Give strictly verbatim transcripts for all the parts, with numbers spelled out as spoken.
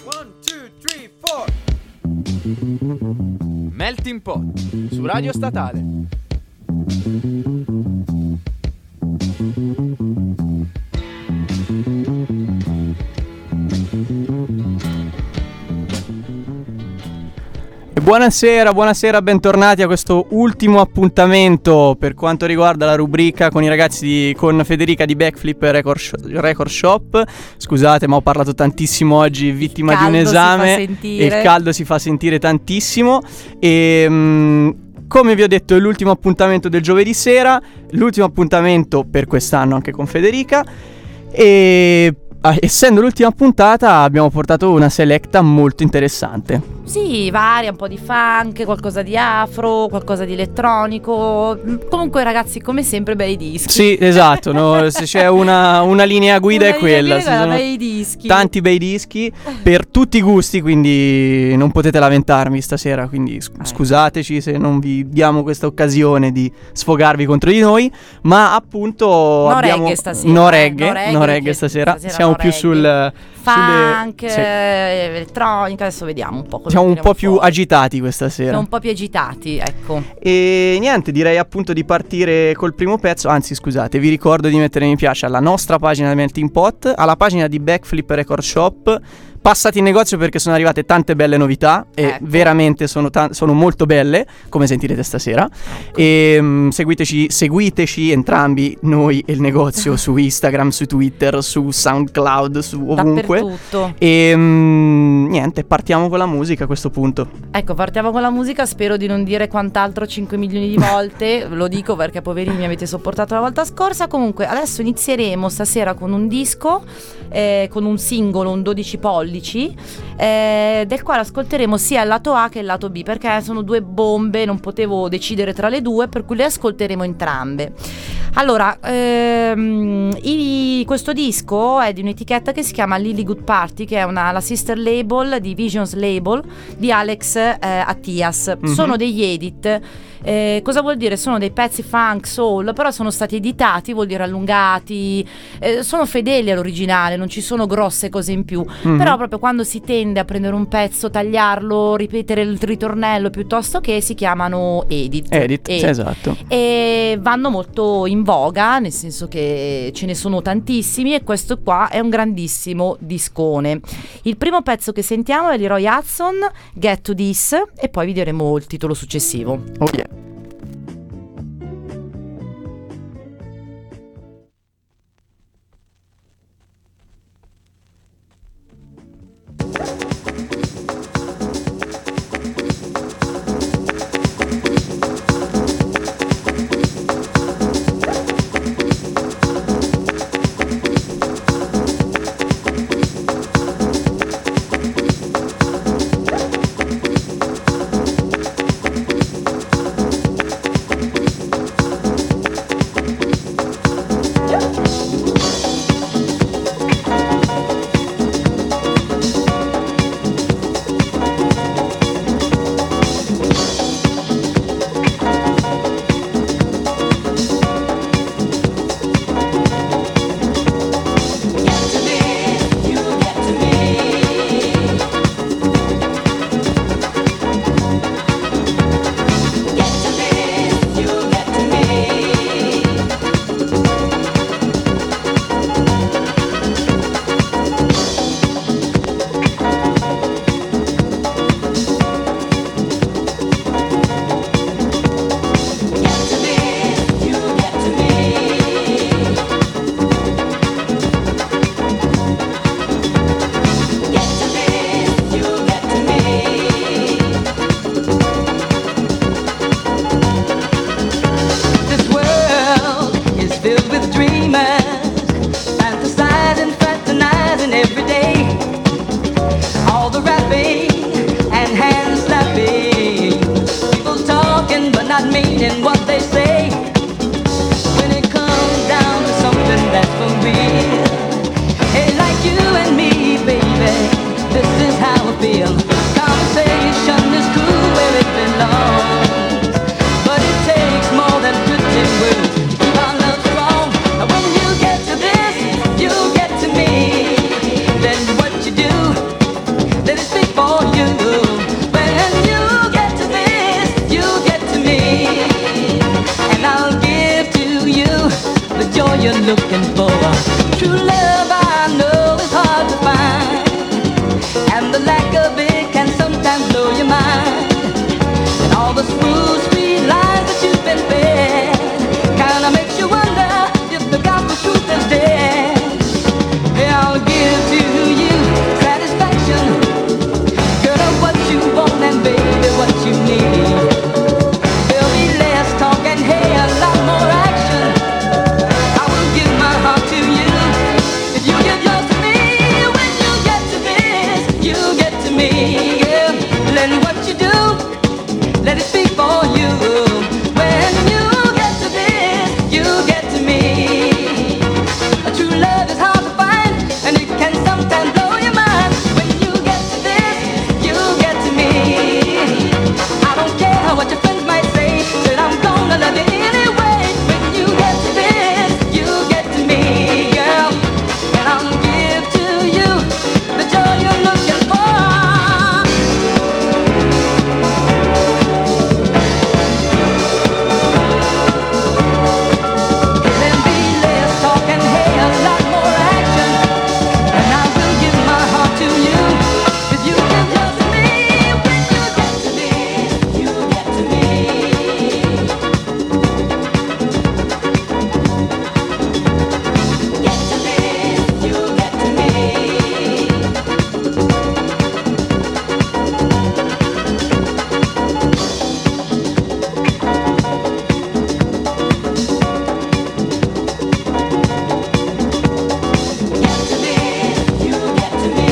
One, two, three, four. Melting Pot su Radio Statale. Buonasera, buonasera, bentornati a questo ultimo appuntamento per quanto riguarda la rubrica con i ragazzi di, con Federica di Backflip Record, Record Shop. Scusate, ma ho parlato tantissimo oggi, vittima di un esame e il caldo si fa sentire tantissimo. E mh, come vi ho detto è l'ultimo appuntamento del giovedì sera, l'ultimo appuntamento per quest'anno anche con Federica. E ah, essendo l'ultima puntata abbiamo portato una selecta molto interessante. Sì, varia, un po' di funk, qualcosa di afro, qualcosa di elettronico. Comunque ragazzi, come sempre, bei dischi. Sì, esatto, no? Se c'è una, una linea guida una è quella, linea guida, sono bei dischi. tanti bei dischi per tutti i gusti, quindi non potete lamentarmi stasera, quindi sc- scusateci se non vi diamo questa occasione di sfogarvi contro di noi, ma appunto no abbiamo reggae stasera, no eh, reggae, no reggae, no reggae stasera, stasera siamo no più reggae. sul Funk, sulle, sì. eh, elettronica, adesso vediamo un po' cosa Siamo un po' più fuori. agitati questa sera. Siamo un po' più agitati, ecco. E niente, direi appunto di partire col primo pezzo. Anzi, scusate, vi ricordo di mettere mi piace alla nostra pagina di Melting Pot, alla pagina di Backflip Record Shop. Passati in negozio perché sono arrivate tante belle novità e ecco. veramente sono, ta- sono molto belle, come sentirete stasera. Ecco. E um, seguiteci, seguiteci entrambi, noi e il negozio, su Instagram, su Twitter, su SoundCloud, su ovunque. Dappertutto. E um, niente, partiamo con la musica a questo punto. Ecco, partiamo con la musica. Spero di non dire quant'altro cinque milioni di volte. Lo dico perché poverini mi avete sopportato la volta scorsa. Comunque adesso inizieremo stasera con un disco, eh, con un singolo, un dodici pollici, eh, del quale ascolteremo sia il lato A che il lato B, perché sono due bombe, non potevo decidere tra le due, per cui le ascolteremo entrambe. Allora, ehm, i, questo disco è di un'etichetta che si chiama Lily Good Party, che è una, la sister label di Visions Label di Alex eh, Attias. Mm-hmm. Sono degli edit. Eh, cosa vuol dire? Sono dei pezzi funk, soul, però sono stati editati, vuol dire allungati, eh, sono fedeli all'originale, non ci sono grosse cose in più. Mm-hmm. Però proprio quando si tende a prendere un pezzo, tagliarlo, ripetere il ritornello piuttosto che, si chiamano edit. Edit, edit. Sì, esatto. E vanno molto in voga, nel senso che ce ne sono tantissimi, e questo qua è un grandissimo discone. Il primo pezzo che sentiamo è di Roy Hudson, Get to This, e poi vi diremo il titolo successivo. Oh yeah. We'll be right back. looking for. True love I know is hard to find, and the lack of it can sometimes blow your mind. And all the smooth, sweet lies that you've been fed kinda makes you wonder if the gospel truth is dead. Yeah, I'll give to you satisfaction, girl, of what you want and baby what you need. There'll be less talk and hey, a lot more action. I will give my heart to you if you give yours to me. When you get to this, you get to me, yeah. Then what you do, let it speak for you. When you get to this, you get to me. A true love is hard to find, and it can sometimes blow your mind. When you get to this, you get to me. I don't care what your friends might say, said I'm gonna love you anyway. When you get to this, you get to me, girl, and I'll give to you the joy you're looking for. There'll be less talk and hey, a lot more action, and I will give my heart to you if you give yours to me. When you get to this, you get to me. Get to this, you get to me. Get to this, you get to me.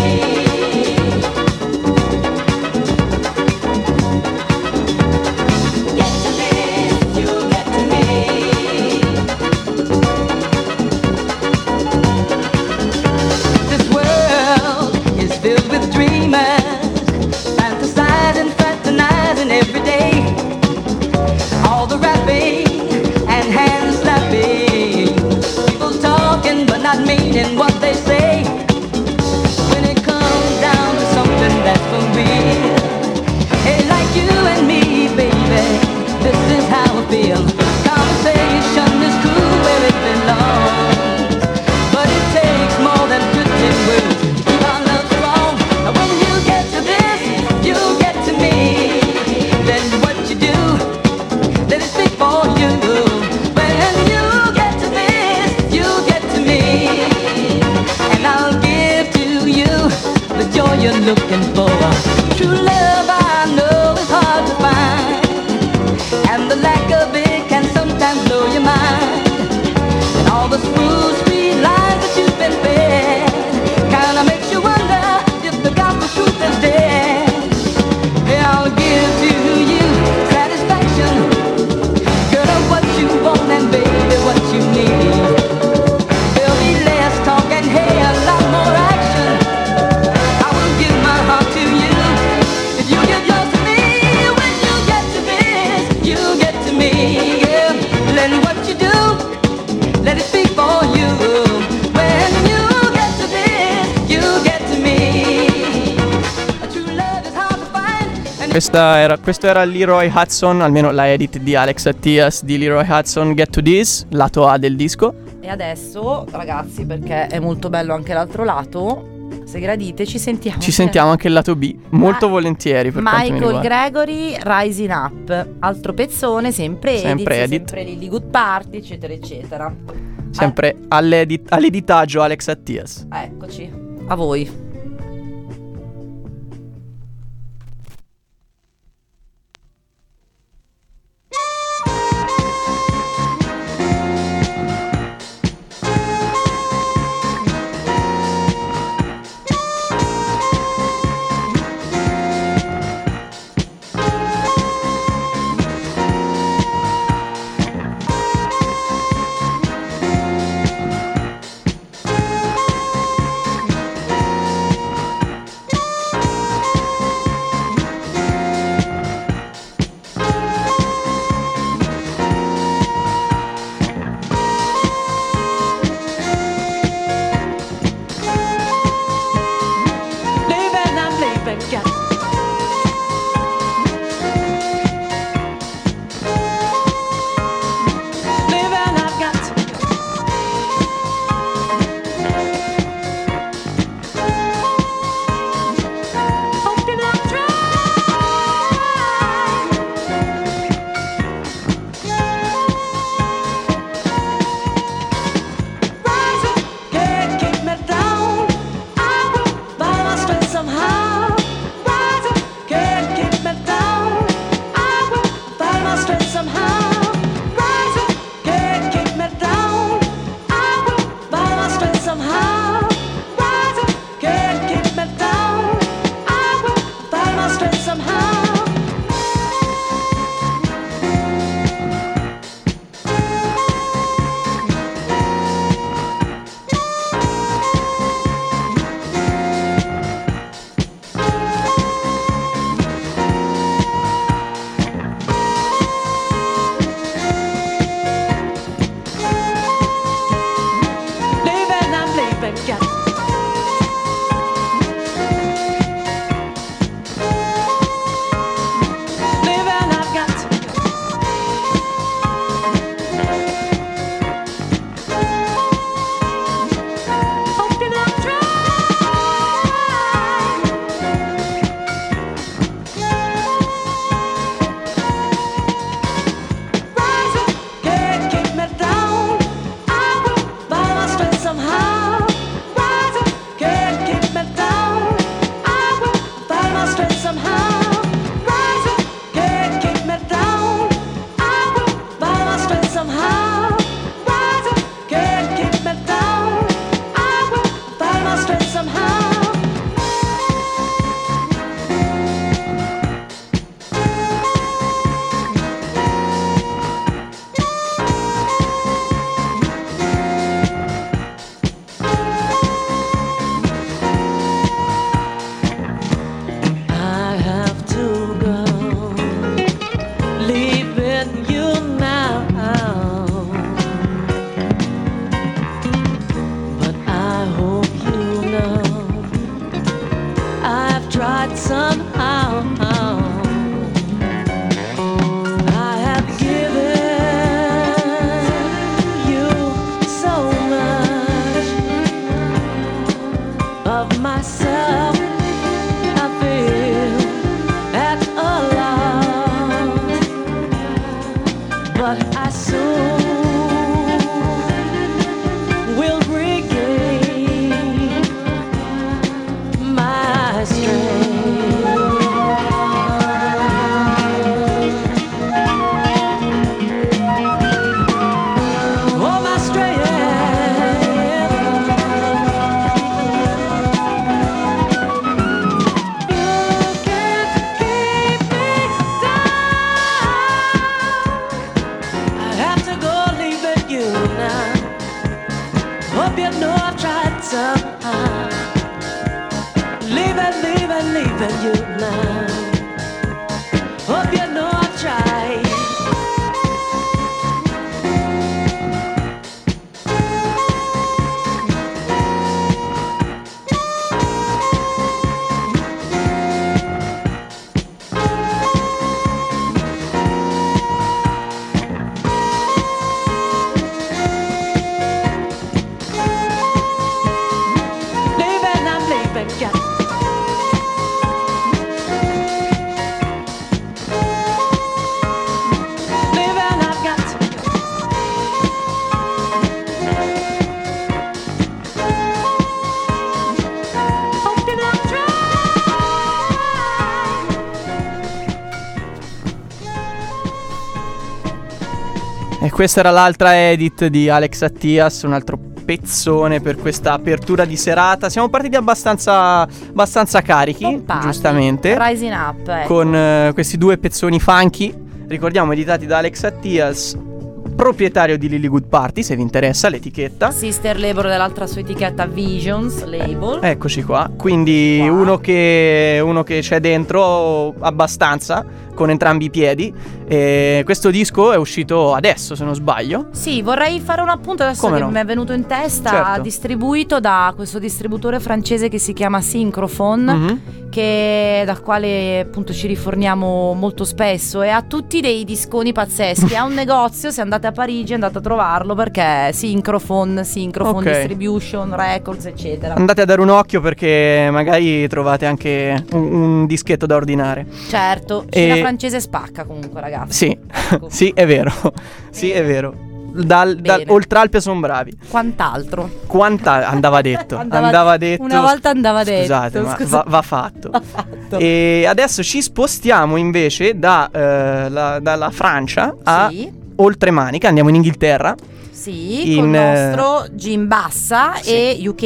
Get to this, you get to me. This world is filled with dreamers, fantasizing, fraternizing every day. All the rapping and hand slapping, people talking but not meaning what they say. When it comes down to something that's for real, hey, like you and me, baby, this is how I feel. Conversation is cool where it belongs, but it takes more than pretty words to keep our love strong. And when you get to this, you get to me. Then what you do, let it speak for you. When you get to this, you get to me, and I'll give to you the joy you're looking for. True love I know is hard to find, and the lack of it can sometimes blow your mind. And all the smooth, sweet lies that you've been fed kinda makes you wonder if the gospel truth is dead. Yeah, I'll give to you satisfaction, girl, of what you want and baby what you need. There'll be less talk and hey, a lot more action. I will give my heart to you if you give yours to me. When you get to this, you get to me, yeah. Then what you do, let it speak for you. When you get to this, you get to me. A true love is hard to find, and Questa era, questo era Leroy Hudson, almeno la edit di Alex Attias di Leroy Hudson, Get to This, lato A del disco. E adesso, ragazzi, perché è molto bello anche l'altro lato, se gradite ci sentiamo. Ci sentiamo anche il lato B, molto Ma- volentieri per quanto mi Michael riguarda. Gregory, Rising Up, altro pezzone, sempre, Sempre edit, edit. sempre Lily Good Party, eccetera, eccetera. Sempre all'edit- all'editaggio Alex Attias. Ah, eccoci, a voi. tried somehow. I have given you so much of myself. I feel at a loss, but I soon will regain my strength. Oh, my strength. You can't keep me down. I have to go leaving you now. Hope you know I've tried somehow. Leaving, leaving, leaving you now. Hope you know I've tried. Leaving, I'm leaving, yeah. Leaving, I've got to go. Hope you don't try. E questa era l'altra edit di Alex Attias, un altro pezzone per questa apertura di serata. Siamo partiti abbastanza, abbastanza carichi, Pompati. giustamente, Rising Up, ecco. con eh, questi due pezzoni funky, ricordiamo editati da Alex Attias, proprietario di Lilywood Party, se vi interessa l'etichetta. Sister label dell'altra sua etichetta Visions Label. Eccoci qua, quindi Wow. uno che uno che c'è dentro abbastanza, con entrambi i piedi. E questo disco è uscito adesso, se non sbaglio. Sì, vorrei fare un appunto adesso Come che no? mi è venuto in testa, Certo. distribuito da questo distributore francese che si chiama Syncrophone, Mhm. che dal quale appunto ci riforniamo molto spesso e ha tutti dei disconi pazzeschi. Ha un negozio, se andate a Parigi andate a trovarlo perché Syncrophone, Syncrophone Ok. Distribution, Records, eccetera. Andate a dare un occhio perché magari trovate anche un, un dischetto da ordinare. Certo, E- Cina francese spacca comunque, ragazzi. Sì, Ecco. sì, è vero. Sì, è vero. Dal, dal, Bene. Oltralpe sono bravi. Quant'altro? Quanta andava detto? Andava- andava detto. una volta andava detto, Scusate, ma scusa. va, va fatto. Va fatto. E adesso ci spostiamo invece da, eh, la- dalla Francia a Sì. Oltremanica, andiamo in Inghilterra. Sì, In, con il eh, nostro Jim Bassa sì. e U K,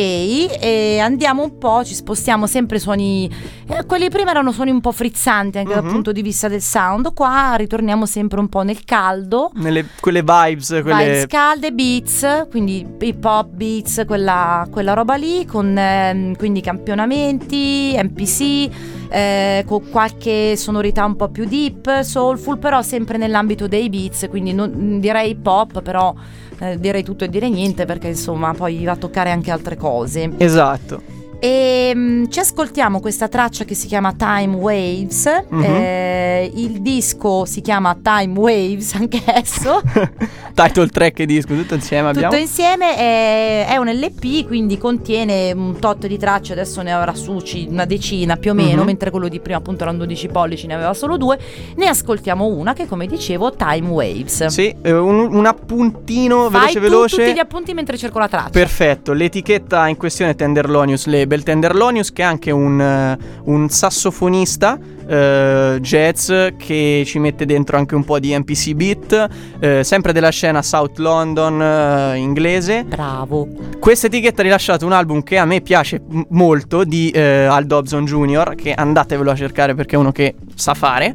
e andiamo un po', ci spostiamo sempre suoni, eh, quelli prima erano suoni un po' frizzanti anche Mhm. dal punto di vista del sound, qua ritorniamo sempre un po' nel caldo, Nelle, quelle vibes, quelle... vibes calde, beats, quindi hip hop beats, quella, quella roba lì, con ehm, quindi campionamenti, M P C, eh, con qualche sonorità un po' più deep, soulful, però sempre nell'ambito dei beats, quindi non, direi hip hop, però eh, direi tutto e dire niente perché insomma poi va a toccare anche altre cose. Esatto. E mm, ci ascoltiamo questa traccia che si chiama Time Waves. Mhm. Eh, il disco si chiama Time Waves anch'esso. Title track e disco, tutto insieme abbiamo. Tutto insieme è, è un L P, quindi contiene un tot di tracce, adesso ne avrà su ci- una decina più o meno, Mhm. mentre quello di prima appunto erano dodici pollici, ne aveva solo due. Ne ascoltiamo una che, come dicevo, Time Waves. Sì, eh, un, un appuntino Fai veloce tu veloce. tutti gli appunti mentre cerco la traccia. Perfetto, l'etichetta in questione è Tenderlonius Label. Tenderlonius che è anche un, eh, un sassofonista eh, jazz che ci mette dentro anche un po' di M P C beat, eh, sempre della scena South London eh, inglese. Bravo. Questa etichetta ha rilasciato un album che a me piace m- molto di eh, Al Dobson Junior, che andatevelo a cercare perché è uno che sa fare.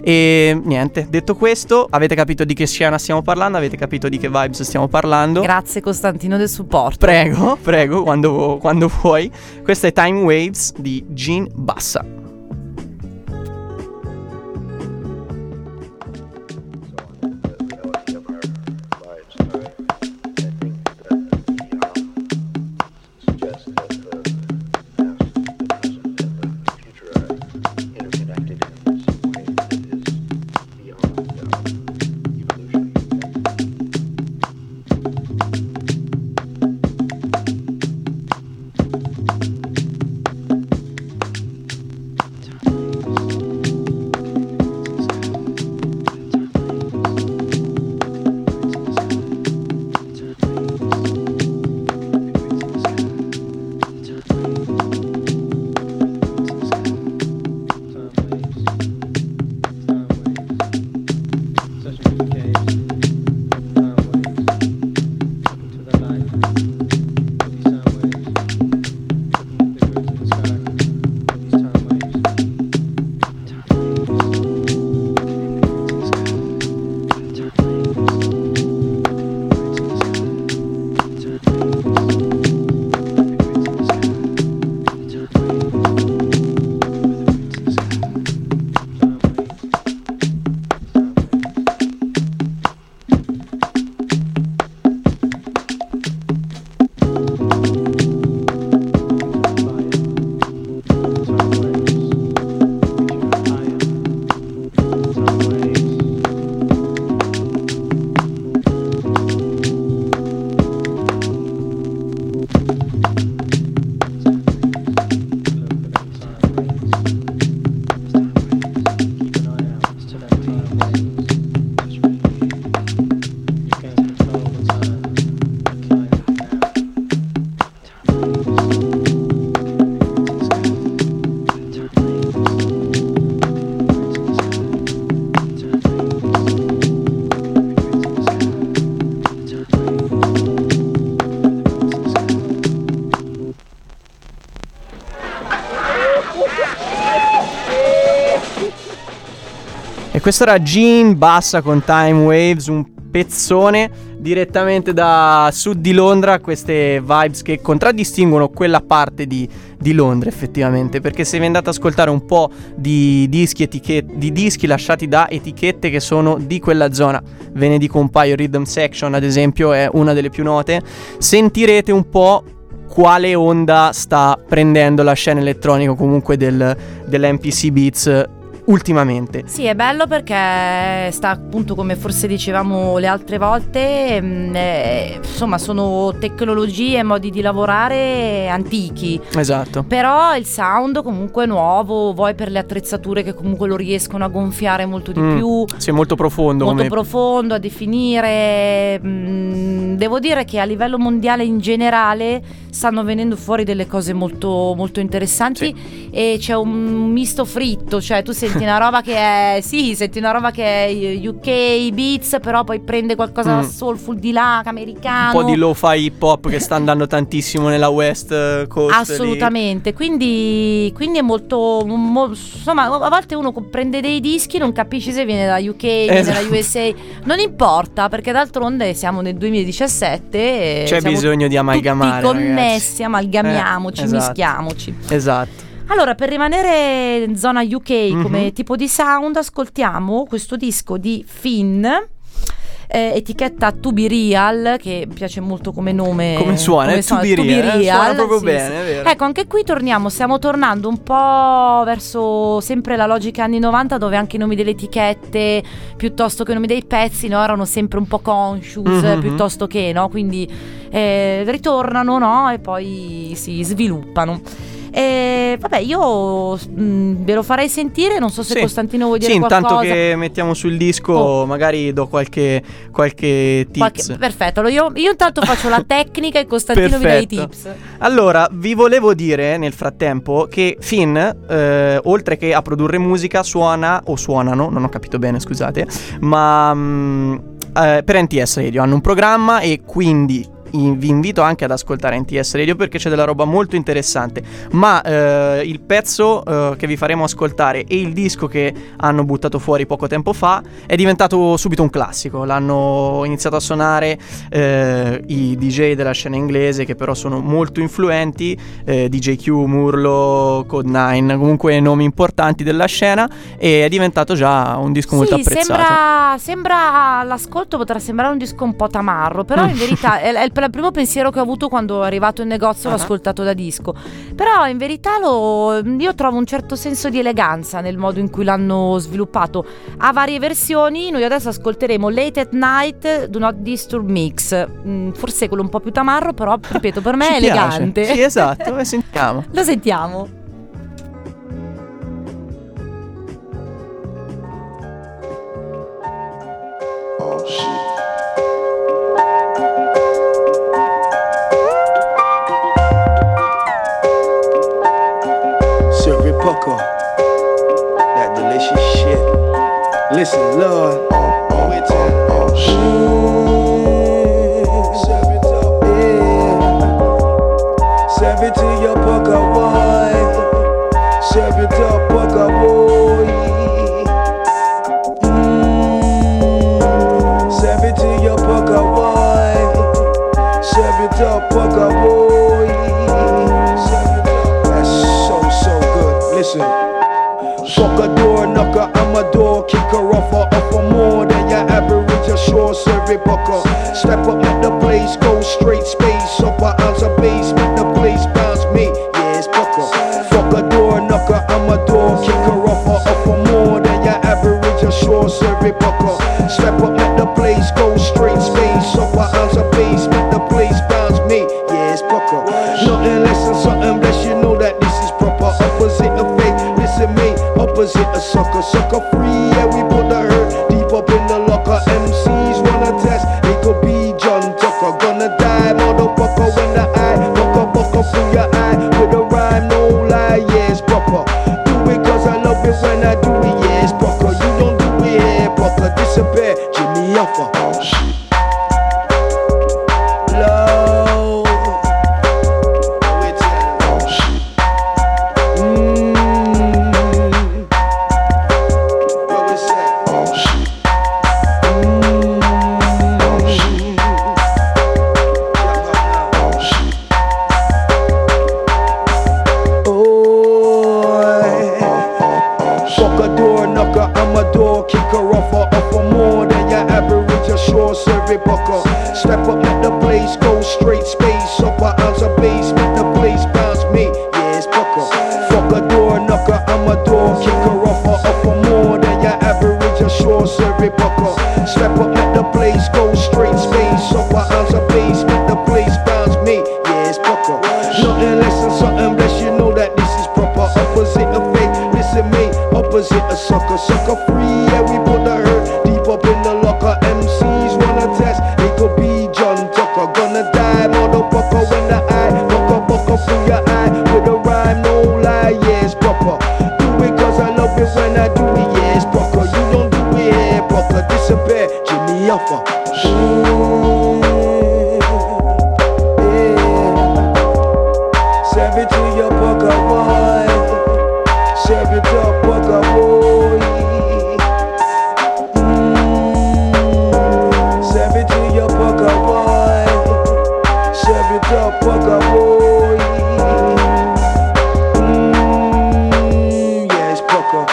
E niente, detto questo, avete capito di che scena stiamo parlando, avete capito di che vibes stiamo parlando. Grazie Costantino del supporto. Prego, prego, quando, quando vuoi. Questa è Time Waves di Gene Bassa. Suggest that the past, the present, and the future are E questo era Gene Bassa con Time Waves, un pezzone direttamente da sud di Londra, queste vibes che contraddistinguono quella parte di, di Londra effettivamente, perché se vi andate ad ascoltare un po' di dischi, etichette, di dischi lasciati da etichette che sono di quella zona, ve ne dico un paio, Rhythm Section ad esempio è una delle più note, sentirete un po' quale onda sta prendendo la scena elettronica comunque del, dell'M P C Beats ultimamente. Sì, è bello perché sta appunto, come forse dicevamo le altre volte, mh, eh, insomma sono tecnologie e modi di lavorare antichi. Esatto. Però il sound comunque è nuovo, vuoi per le attrezzature che comunque lo riescono a gonfiare molto di mm, più. Sì, è molto profondo. Molto come... profondo, a definire. Mh, devo dire che a livello mondiale in generale stanno venendo fuori delle cose molto, molto interessanti, sì. E c'è un misto fritto, cioè tu senti una roba che è sì, senti una roba che è U K beats, però poi prende qualcosa mm. soulful di là, americano, un po' di lo-fi hip hop che sta andando tantissimo nella West Coast. Assolutamente, quindi, quindi è molto mo, insomma, a volte uno prende dei dischi, non capisci se viene da U K, esatto. viene da U S A, non importa, perché d'altronde siamo nel duemiladiciassette e c'è bisogno di amalgamare, tutti connessi, ragazzi. amalgamiamoci, eh, esatto. mischiamoci. Esatto. Allora, per rimanere in zona U K mm-hmm. come tipo di sound, ascoltiamo questo disco di Finn, eh, etichetta To Be Real, che mi piace molto come nome. Come suona, come eh, suona, To Be To Be Real, Real, eh, suona proprio sì, bene, sì. è vero. Ecco, anche qui torniamo, stiamo tornando un po' verso sempre la logica anni novanta, dove anche i nomi delle etichette, piuttosto che i nomi dei pezzi, no, erano sempre un po' conscious, mm-hmm. piuttosto che, no, quindi eh, ritornano, no, e poi si sviluppano. E vabbè, io mh, ve lo farei sentire, non so se sì. Costantino vuoi dire sì, qualcosa. Sì, intanto che mettiamo sul disco oh. magari do qualche, qualche tips. Qualche, perfetto, allora io, io intanto faccio la tecnica e Costantino vi dà i tips. Allora, vi volevo dire nel frattempo che Finn, eh, oltre che a produrre musica, suona, o suonano, non ho capito bene, scusate, ma mh, eh, per N T S Radio hanno un programma e quindi vi invito anche ad ascoltare N T S Radio perché c'è della roba molto interessante. Ma eh, il pezzo eh, che vi faremo ascoltare e il disco che hanno buttato fuori poco tempo fa è diventato subito un classico. L'hanno iniziato a suonare eh, i D J della scena inglese, che però sono molto influenti, eh, D J Q, Murlo, Code nine, comunque nomi importanti della scena, e è diventato già un disco sì, molto apprezzato. Sembra, sembra all'ascolto potrà sembrare un disco un po' tamarro, però in verità è, è il il primo pensiero che ho avuto quando è arrivato in negozio, uh-huh. l'ho ascoltato da disco, però in verità lo, io trovo un certo senso di eleganza nel modo in cui l'hanno sviluppato. Ha varie versioni, noi adesso ascolteremo Late at Night, Do Not Disturb Mix, mm, forse quello un po' più tamarro, però ripeto, per me Ci è elegante. Piace. Sì, esatto, e sentiamo. Lo sentiamo. Oh shit. Pucker, that delicious shit. Listen, Lord, oh, oh, oh, oh, shit. Serve it up, yeah. Serve it to your pucker boy. Serve it up, pucker boy. Mm. Serve it to your pucker boy. Serve it up, pucker boy. Serve it up. That's so so good. Listen, fuck a door knocker, I'm a door kicker, offer, offer more than your average, a sure survey bucker. Step up, make the place go straight, space up an ounce of bass, make the place bounce me, yeah, it's bucker. Fuck a door knocker, I'm a door kicker, offer, offer more than your average, a sure survey bucker. Step up, make the place go straight, space up an ounce of bass, make the place bounce me, yeah, it's bucker. Nothing less than something, bless you know that this is proper. Opposite of fake, listen me, opposite a sucker, sucker free, yeah, we put the hurt deep up in the locker. M Cs wanna test, they could be John Tucker, gonna die, motherfucker, when the eye, bucker, bucker through your eye, with a rhyme, no lie, yeah, it's proper. Do it cause I love it when I do it, yeah, it's proper. You don't do it, yeah, proper, disappear, Jimmy Offer. Oh shit. opposite a sucker, sucker free. Yeah, we put the hurt deep up in the locker. M Cs wanna test, it could be John Tucker. Gonna die, motherfucker, when the eye bucker, bucker through your eye with a rhyme, no lie, yeah, it's proper. Do it cause I love it when I do it, yeah, it's proper. You don't do it here, proper, disappear, Jimmy Offer. Ooh, yeah. Serve it to your bucker, boy. Serve it up, bucker, boy. Mm. Serve it to your bucker, boy. Serve it up, bucker, boy. Mm. Yeah, it's bucker.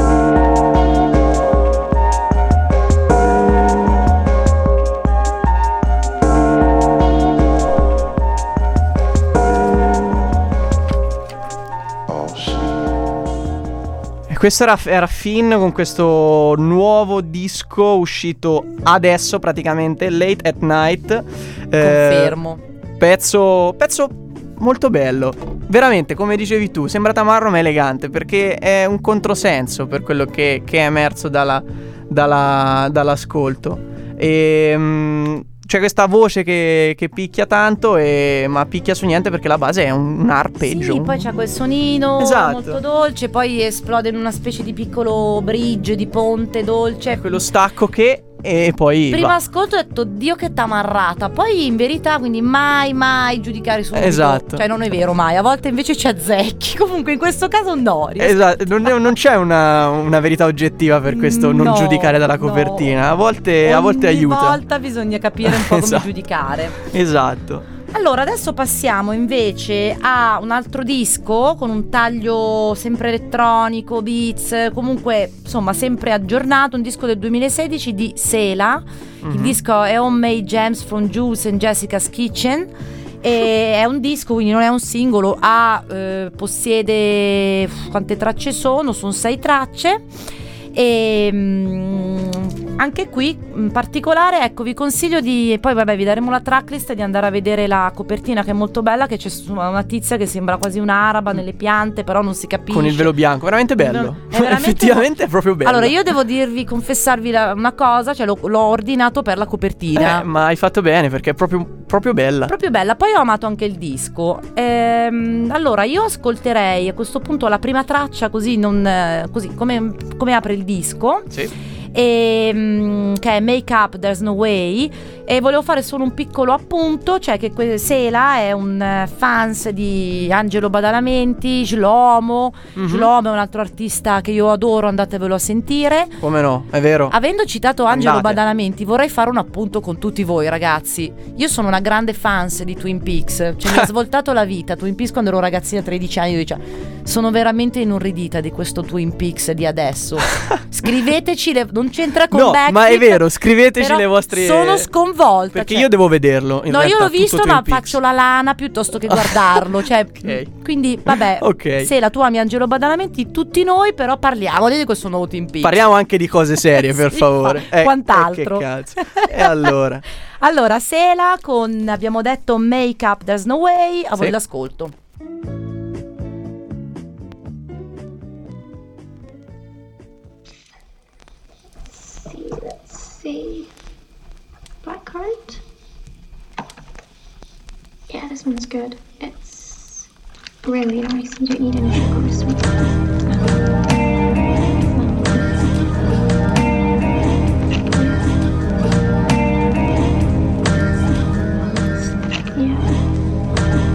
Questo era, era Finn con questo nuovo disco uscito adesso praticamente, Late at Night. Confermo. Eh, pezzo, pezzo molto bello. Veramente, come dicevi tu, sembra tamarro ma elegante, perché è un controsenso per quello che, che è emerso dalla, dalla, dall'ascolto. E... Mm, c'è questa voce che, che picchia tanto, e, ma picchia su niente perché la base è un, un arpeggio. Sì, poi c'è quel sonino Esatto. molto dolce, poi esplode in una specie di piccolo bridge, di ponte dolce. Quello stacco che... E poi Prima va. ascolto ho detto Dio che tamarrata. Poi in verità quindi mai mai giudicare subito. Esatto. Cioè non è vero mai. A volte invece ci azzecchi. Comunque in questo caso no. Esatto, non, è- non c'è una, una verità oggettiva per questo, non No, giudicare dalla no. copertina. A volte, a volte Ogni aiuta. volta bisogna capire un po' come Esatto. giudicare. Esatto. Allora adesso passiamo invece a un altro disco con un taglio sempre elettronico, beats, comunque insomma sempre aggiornato, un disco del duemilasedici di Sela. Il Mhm. disco è Homemade Gems from Jules and Jessica's Kitchen e è un disco, quindi non è un singolo, ha eh, possiede uff, quante tracce sono? Sono sei tracce. E mm, anche qui in particolare, ecco, vi consiglio di, poi vabbè vi daremo la tracklist, di andare a vedere la copertina che è molto bella, che c'è una tizia che sembra quasi un'araba nelle piante, però non si capisce, Con il velo bianco, veramente bello. È veramente Effettivamente è proprio bello. Allora io devo dirvi, confessarvi la- una cosa, cioè l'ho, l'ho ordinato per la copertina. Eh, ma hai fatto bene perché è proprio, proprio bella. Proprio bella, poi ho amato anche il disco. Ehm, allora io ascolterei a questo punto la prima traccia, così non eh, così come, come apre il disco, Sì. e, mm, che è Make Up There's No Way. E volevo fare solo un piccolo appunto, cioè che que- Sela è un eh, fans di Angelo Badalamenti, Shlomo. Mhm. Shlomo è un altro artista che io adoro, andatevelo a sentire. Come no, è vero. Avendo citato Angelo Andate. Badalamenti, vorrei fare un appunto con tutti voi ragazzi. Io sono una grande fans di Twin Peaks, cioè mi ha svoltato la vita Twin Peaks quando ero ragazzina, tredici anni, dodici anni. Sono veramente inorridita di questo Twin Peaks di adesso. Scriveteci, le... non c'entra con No, Backflip, ma è vero, scriveteci però le vostre... sono sconvolta. Perché cioè- io devo vederlo. in No, io realtà, l'ho visto, tutto ma Twin Peaks. faccio la lana piuttosto che guardarlo. Cioè, Ok. quindi, vabbè, Ok. se la tua ami Angelo Badalamenti, tutti noi, però parliamo di questo nuovo Twin Peaks. Parliamo anche di cose serie, per Sì, favore. fa- quant'altro. Eh, che cazzo. E allora? Allora, Sela con, abbiamo detto, Make Up There's No Way, a voi Sì. l'ascolto. See, let's see. Blackcurrant? Yeah, this one's good. It's really nice. You don't need any sugar or sweet. Yeah.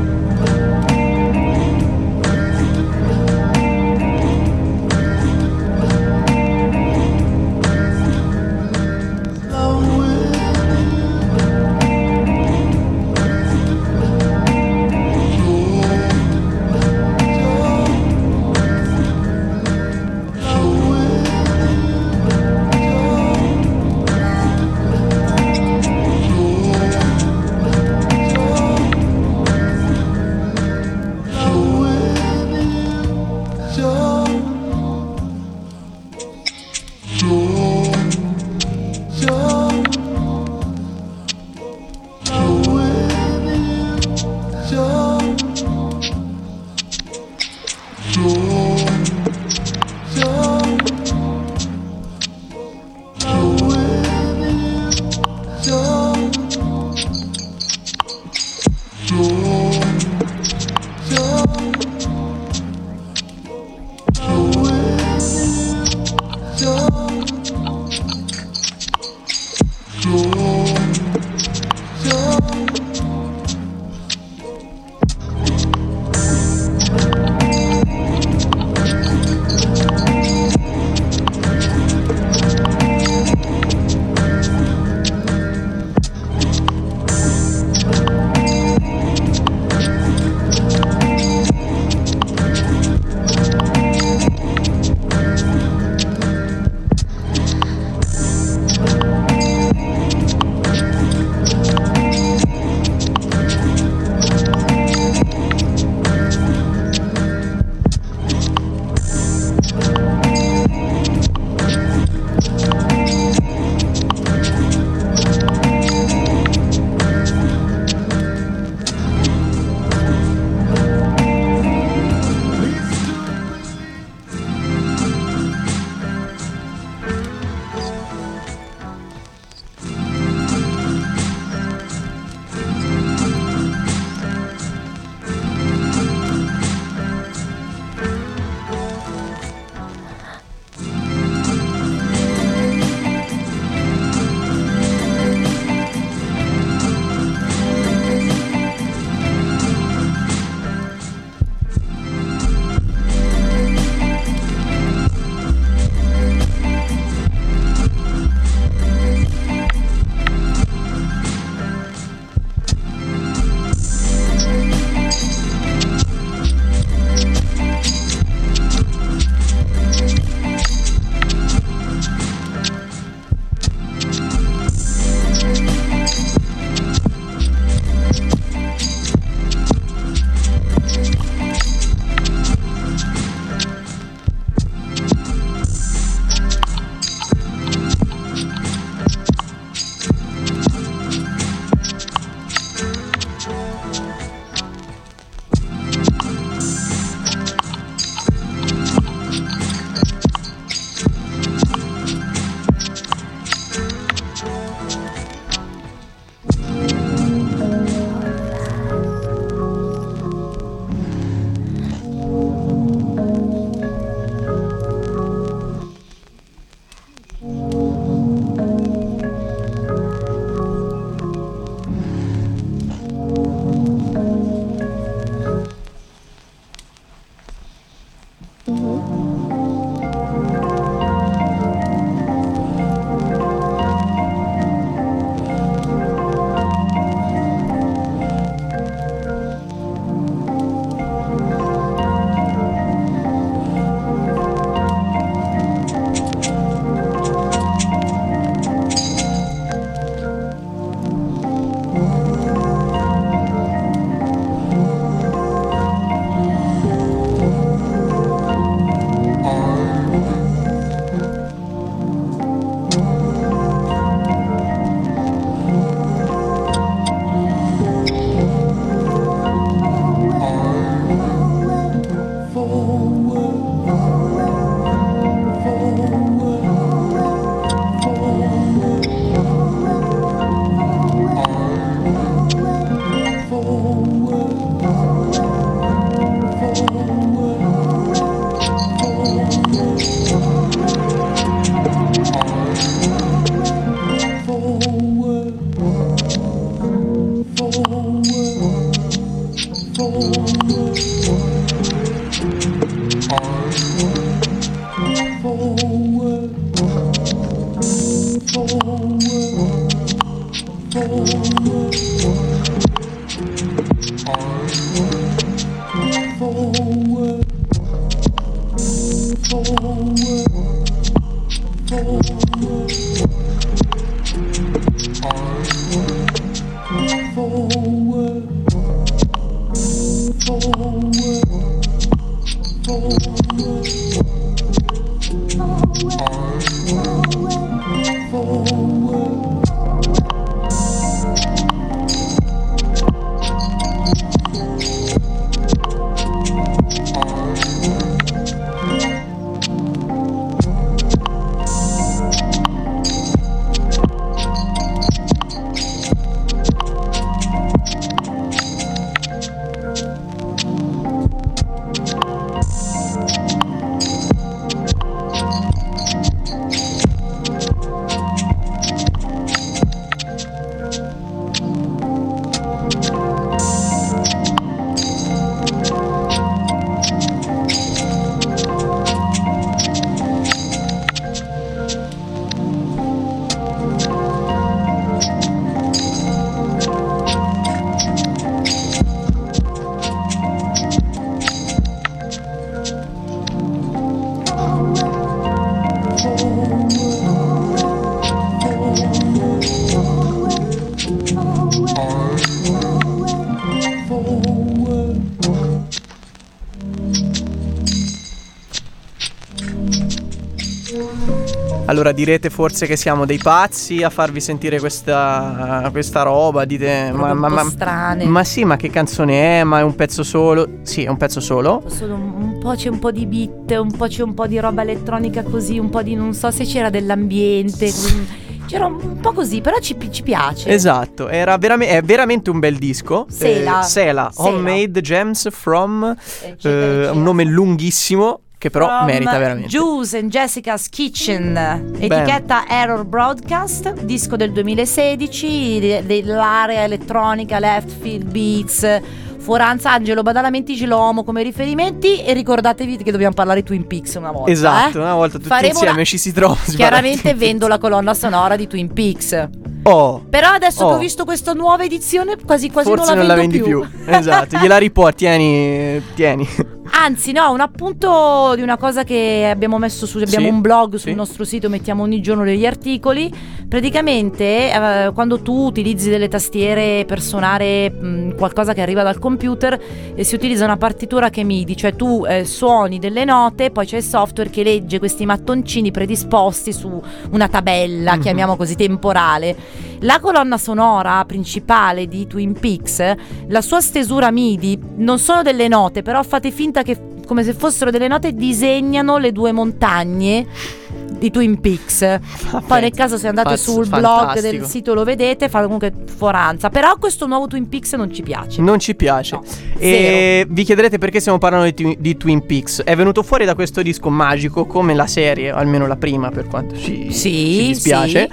Allora direte forse che siamo dei pazzi a farvi sentire questa, questa roba, dite ma, ma, ma, strane. ma sì, ma che canzone è? Ma è un pezzo solo? Sì, è un pezzo solo. Solo un, un po' c'è un po' di beat, un po' c'è un po' di roba elettronica così, un po' di non so se c'era dell'ambiente, c'era un po' così, però ci, ci piace. Esatto, era veram- è veramente un bel disco. Sela, eh, Sela, Sela. Homemade Gems from Eccetera, eh, eccetera. un nome lunghissimo che però From merita veramente. Juice and Jessica's Kitchen, etichetta Error Broadcast, disco del duemilasedici, de- dell'area elettronica, left field beats, Foranza, Angelo Badalamenti, Gilomo come riferimenti, e ricordatevi che dobbiamo parlare di Twin Peaks una volta. Esatto, eh? una volta tutti Faremo insieme una- ci si trova. si Chiaramente parla di- vendo la colonna sonora di Twin Peaks. Oh, Però adesso Oh. che ho visto questa nuova edizione quasi quasi forse non la vendo vendi più. Esatto, gliela riporti, tieni, tieni. Anzi no, un appunto di una cosa che abbiamo messo su, abbiamo Sì, un blog sul sì. nostro sito, mettiamo ogni giorno degli articoli. Praticamente eh, quando tu utilizzi delle tastiere per suonare mh, qualcosa che arriva dal computer, eh, si utilizza una partitura che MIDI, cioè tu eh, suoni delle note, poi c'è il software che legge questi mattoncini predisposti su una tabella, Mhm. chiamiamo così, temporale. La colonna sonora principale di Twin Peaks, la sua stesura MIDI, non sono delle note, però fate finta che come se fossero delle note disegnano le due montagne di Twin Peaks. Poi nel caso se andate Pazz- sul blog fantastico. del sito lo vedete, fa comunque foranza. Però questo nuovo Twin Peaks non ci piace. Non ci piace. No, E vi chiederete perché stiamo parlando di, Twi- di Twin Peaks. È venuto fuori da questo disco magico, come la serie, almeno la prima, per quanto ci, Sì, ci dispiace.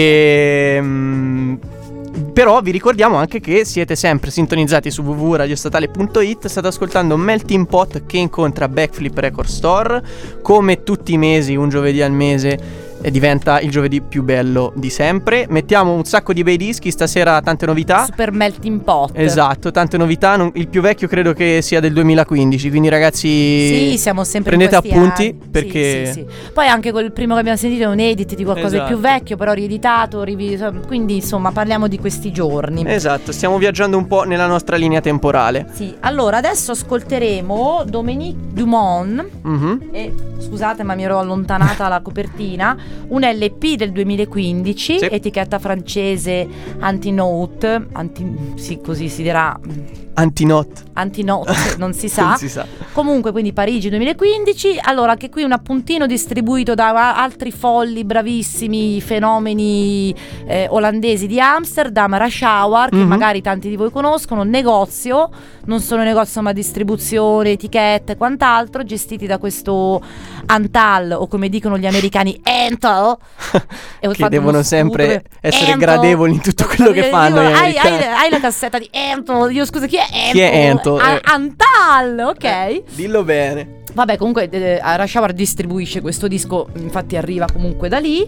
E, mm, però vi ricordiamo anche che siete sempre sintonizzati su w w w punto radiostatale punto i t. State ascoltando Melting Pot che incontra Backflip Record Store. Come tutti i mesi, un giovedì al mese, e diventa il giovedì più bello di sempre. Mettiamo un sacco di bei dischi, stasera tante novità. Super melting pot. Esatto, tante novità. non- il più vecchio credo che sia del duemilaquindici, quindi ragazzi, Sì, siamo sempre prendete in questi appunti anni. Sì, perché sì, sì. Poi anche quel primo che abbiamo sentito è un edit di qualcosa di Esatto. più vecchio, però rieditato, rivi- quindi insomma parliamo di questi giorni. esatto, stiamo viaggiando un po' nella nostra linea temporale. Sì, allora adesso ascolteremo Dominique Dumont. Mhm. E scusate, ma mi ero allontanata dalla copertina. Un L P del duemilaquindici, Sì. etichetta francese Antinote. Anti, sì, così si dirà. Antinote. Antinote, non si sa. Non si sa. Comunque, quindi Parigi duemilaquindici. Allora, anche qui un appuntino distribuito da a- altri folli, bravissimi fenomeni eh, olandesi di Amsterdam, Rush Hour, che Mhm. magari tanti di voi conoscono, negozio, non solo negozio ma distribuzione, etichette e quant'altro, gestiti da questo Antal, o come dicono gli americani, Antal. E ho Che fatto devono uno sempre scudo, essere Antal. gradevoli in tutto quello che fanno gli Hai, americani. hai- hai la cassetta di Antal? Io scusa, chi è Antal? Chi è Antal? A- Eh. Antal, ok. Dillo bene. Vabbè, comunque eh, Rush Hour distribuisce questo disco, infatti arriva comunque da lì.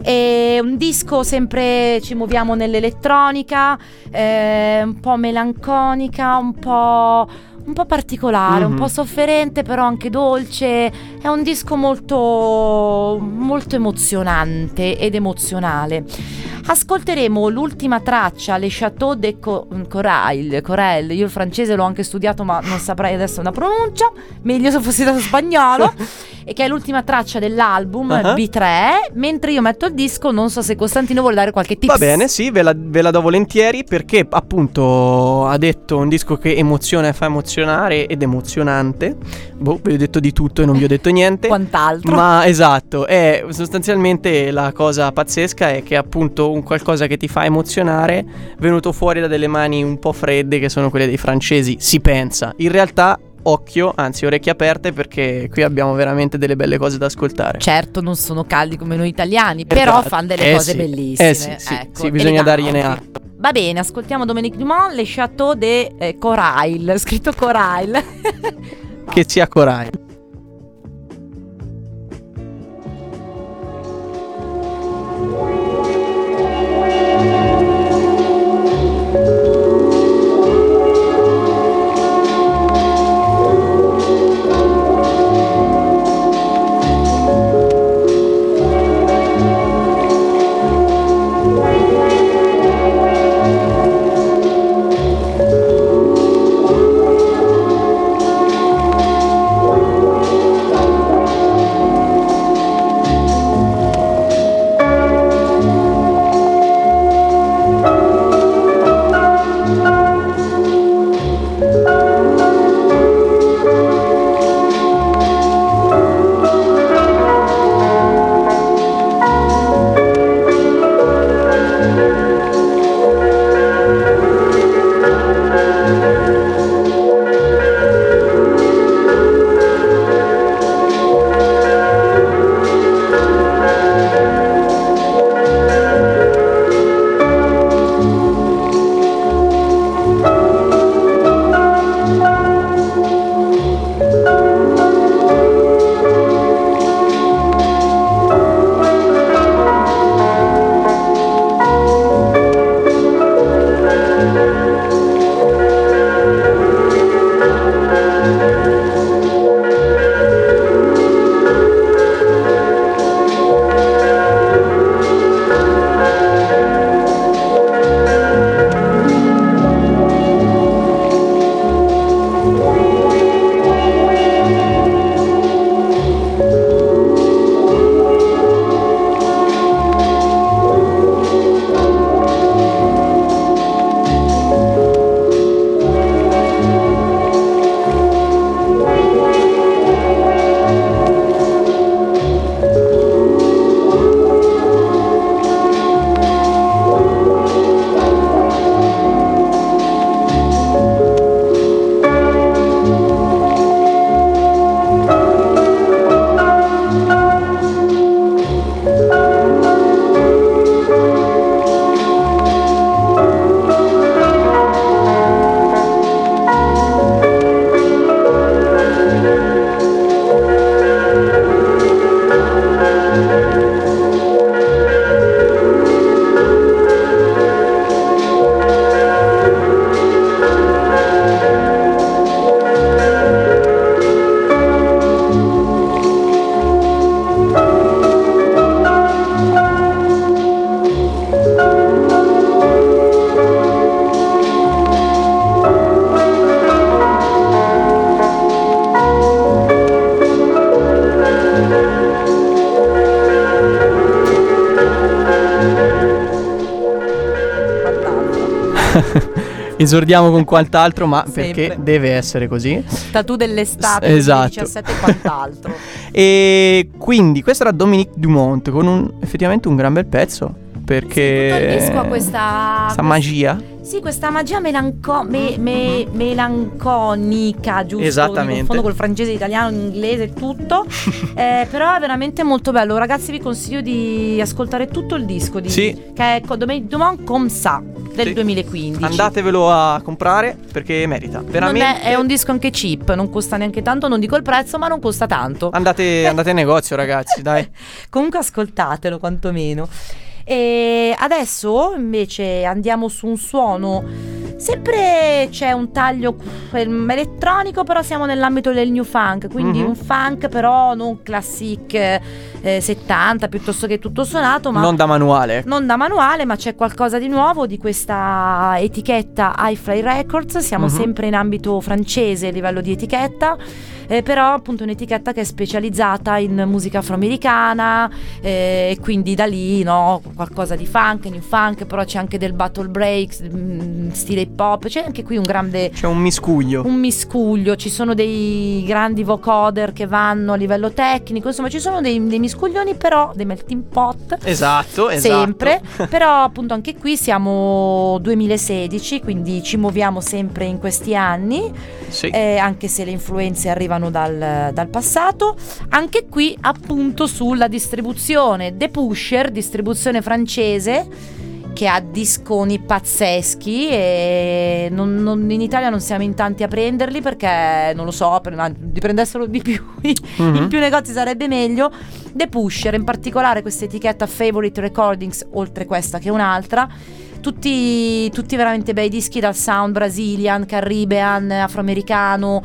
È un disco sempre, ci muoviamo nell'elettronica, eh, un po' melanconica, un po', un po' particolare, un Mhm. po' sofferente, però anche dolce. È un disco molto, molto emozionante ed emozionale. Ascolteremo l'ultima traccia, Le Château de Co- Corail, Corel. Io il francese l'ho anche studiato, ma non saprei adesso una pronuncia. Meglio se fossi dato spagnolo. E che è l'ultima traccia dell'album Uh-huh. B tre. Mentre io metto il disco, non so se Costantino vuole dare qualche tips. Va bene, sì, ve la, ve la do volentieri perché appunto ha detto un disco che emoziona e fa emozionare ed emozionante. Boh, vi ho detto di tutto e non vi ho detto niente. Quant'altro. Ma esatto, è sostanzialmente la cosa pazzesca è che appunto un qualcosa che ti fa emozionare venuto fuori da delle mani un po' fredde che sono quelle dei francesi, si pensa. In realtà occhio, anzi orecchie aperte perché qui abbiamo veramente delle belle cose da ascoltare. Certo, non sono caldi come noi italiani, però Esatto. fanno delle Eh cose sì. bellissime. Eh sì, sì, ecco, sì, bisogna eleganti. dargliene atto. Va bene, ascoltiamo Dominique Dumont, Le Château de eh, Corail, scritto Corail. Che sia Corail. Thank Esordiamo con quant'altro, ma Sempre. perché deve essere così. Tattoo dell'estate S- esatto. duemiladiciassette e quant'altro. E quindi questo era Dominique Dumont con un, effettivamente un gran bel pezzo. Perché Sì, tutto il disco ha questa questa magia. Sì, questa magia melanco- me- me- melanconica, giusto? Esattamente. Mi confondo col francese, l'italiano, l'inglese, tutto. eh, però è veramente molto bello. Ragazzi, vi consiglio di ascoltare tutto il disco di, Sì. che è Dominique Dumont Comme ça del Sì. duemilaquindici. Andatevelo a comprare perché merita. Non Veramente. è, è un disco anche cheap, non costa neanche tanto, non dico il prezzo, ma non costa tanto. Andate, andate in negozio, ragazzi, dai. Comunque ascoltatelo quantomeno. E adesso invece andiamo su un suono. Sempre c'è un taglio elettronico, però siamo nell'ambito del new funk, quindi Mhm. un funk però non classic eh, settanta piuttosto che tutto suonato, ma Non da manuale. non da manuale, ma c'è qualcosa di nuovo di questa etichetta Hi-Fi Records. Siamo Mhm. sempre in ambito francese a livello di etichetta, eh, però appunto un'etichetta che è specializzata in musica afroamericana, eh, e quindi da lì, no, qualcosa di funk, new funk, però c'è anche del battle breaks, mm, stile hip hop, c'è anche qui un grande C'è un miscuglio. un miscuglio, ci sono dei grandi vocoder che vanno a livello tecnico, insomma ci sono dei, dei miscuglioni, però dei melting pot. Esatto, esatto. Sempre, però appunto anche qui siamo duemilasedici, quindi ci muoviamo sempre in questi anni, Sì. eh, anche se le influenze arrivano dal, dal passato. Anche qui appunto sulla distribuzione The Pusher, distribuzione francese, che ha disconi pazzeschi e non- non- in Italia non siamo in tanti a prenderli perché non lo so, per, ma di prendessero di più Mhm. in più negozi sarebbe meglio. The Pusher, in particolare questa etichetta Favorite Recordings, oltre questa che un'altra, tutti, tutti veramente bei dischi dal sound Brazilian, Caribbean, afroamericano,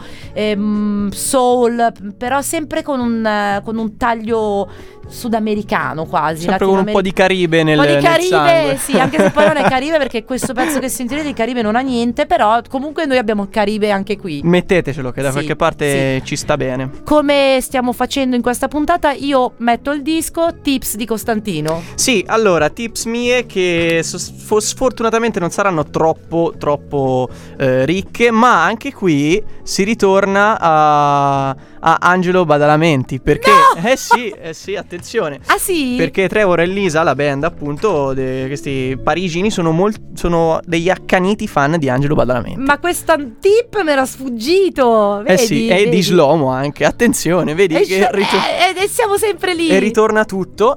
ehm, soul, però sempre con un, eh, con un taglio sudamericano quasi, Sempre con un po' di Caribe nel, un po' di nel Caribe, sangue. sì, anche se poi non è Caribe perché questo pezzo che sentirete di Caribe non ha niente, però comunque noi abbiamo Caribe anche qui. Mettetecelo che da Sì, qualche parte ci sta bene. Come stiamo facendo in questa puntata, io metto il disco Tips di Costantino. Sì, allora, tips mie che s- fo- sfortunatamente non saranno troppo, troppo eh, ricche, ma anche qui si ritorna a, a Angelo Badalamenti, perché... Eh sì, eh sì, attenzione. Ah sì? Perché Trevor e Lisa, la band appunto, de- questi parigini, sono, molt- sono degli accaniti fan di Angelo Badalamenti. Ma questo tip mi era sfuggito, vedi? eh sì, e vedi? di Shlomo anche, attenzione, vedi E, che sci- ritor- eh, eh, siamo sempre lì. e ritorna tutto.